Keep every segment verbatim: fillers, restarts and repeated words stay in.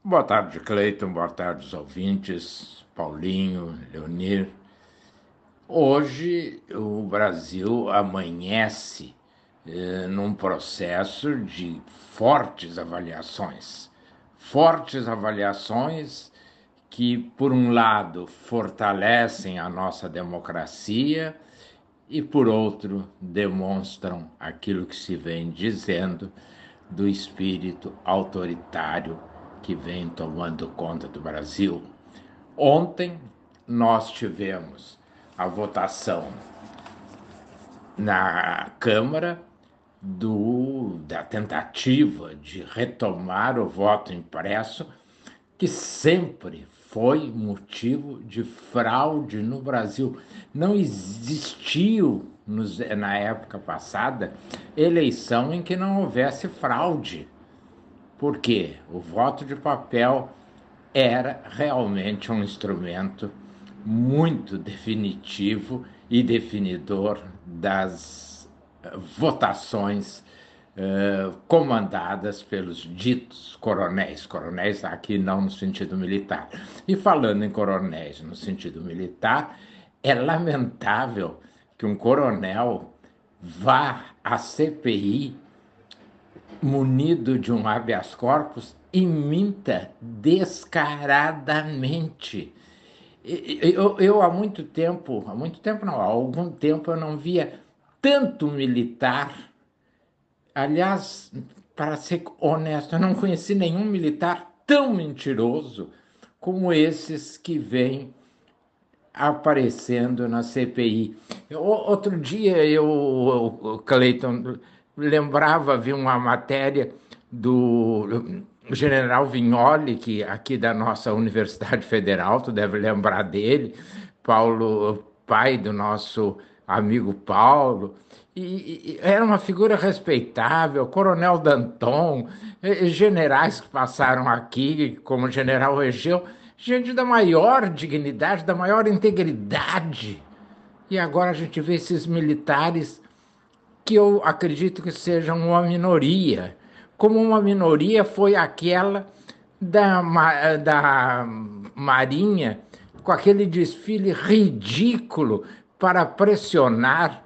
Boa tarde, Cleiton. Boa tarde, os ouvintes, Paulinho, Leonir. Hoje o Brasil amanhece eh, num processo de fortes avaliações. Fortes avaliações que, por um lado, fortalecem a nossa democracia e, por outro, demonstram aquilo que se vem dizendo do espírito autoritário que vem tomando conta do Brasil. Ontem nós tivemos a votação na Câmara do, da tentativa de retomar o voto impresso, que sempre foi motivo de fraude no Brasil. Não existiu, nos, na época passada, eleição em que não houvesse fraude. Por quê? O voto de papel era realmente um instrumento muito definitivo e definidor das votações eh, comandadas pelos ditos coronéis. Coronéis aqui não no sentido militar. E falando em coronéis no sentido militar, é lamentável que um coronel vá à C P I munido de um habeas corpus e minta descaradamente. Eu, eu há muito tempo, há muito tempo não, há algum tempo eu não via tanto militar. Aliás, para ser honesto, eu não conheci nenhum militar tão mentiroso como esses que vêm aparecendo na C P I. Eu, outro dia eu, Cleiton, lembrava, vi uma matéria do general Vignoli, que aqui da nossa Universidade Federal, tu deve lembrar dele, Paulo, pai do nosso amigo Paulo, e, e era uma figura respeitável, Coronel Danton, generais que passaram aqui, como General Egeu, gente da maior dignidade, da maior integridade. E agora a gente vê esses militares que eu acredito que sejam uma minoria, como uma minoria foi aquela da, da Marinha, com aquele desfile ridículo para pressionar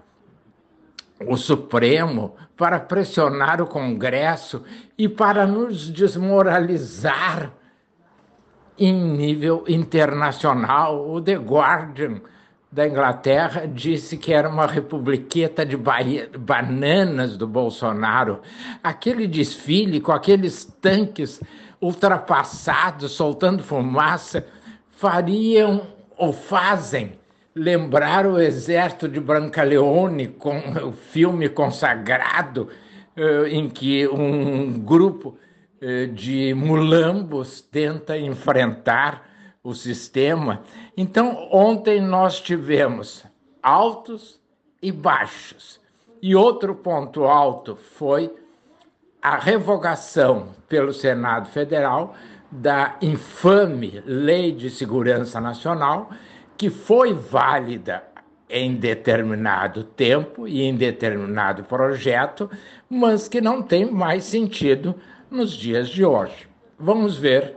o Supremo, para pressionar o Congresso e para nos desmoralizar em nível internacional. O The Guardian da Inglaterra disse que era uma republiqueta de bananas do Bolsonaro. Aquele desfile com aqueles tanques ultrapassados, soltando fumaça, fariam ou fazem lembrar o exército de Brancaleone, com o filme consagrado em que um grupo de mulambos tenta enfrentar o sistema. Então, ontem nós tivemos altos e baixos. E outro ponto alto foi a revogação pelo Senado Federal da infame Lei de Segurança Nacional, que foi válida em determinado tempo e em determinado projeto, mas que não tem mais sentido nos dias de hoje. Vamos ver,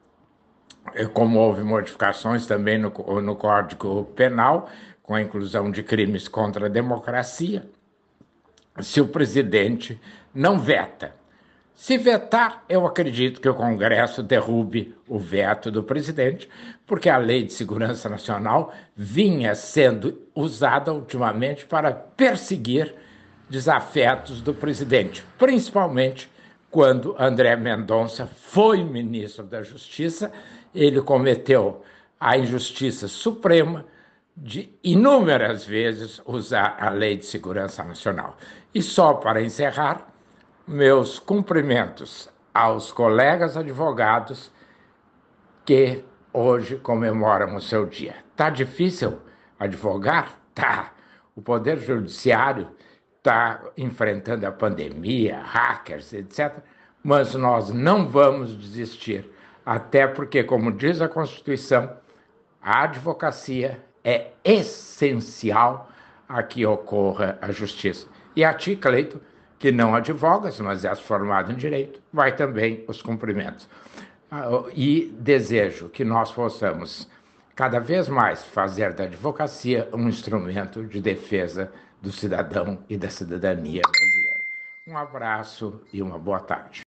como houve modificações também no, no Código Penal, com a inclusão de crimes contra a democracia, se o presidente não veta. Se vetar, eu acredito que o Congresso derrube o veto do presidente, porque a Lei de Segurança Nacional vinha sendo usada ultimamente para perseguir desafetos do presidente, principalmente quando André Mendonça foi ministro da Justiça. Ele cometeu a injustiça suprema de inúmeras vezes usar a Lei de Segurança Nacional. E só para encerrar, meus cumprimentos aos colegas advogados que hoje comemoram o seu dia. Tá difícil advogar? Tá. O Poder Judiciário está enfrentando a pandemia, hackers, etcétera. Mas nós não vamos desistir, até porque, como diz a Constituição, a advocacia é essencial a que ocorra a justiça. E a ti, Cleito, que não advogas, mas és formado em Direito, vai também os cumprimentos. Ah, e desejo que nós possamos cada vez mais fazer da advocacia um instrumento de defesa do cidadão e da cidadania brasileira. Um abraço e uma boa tarde.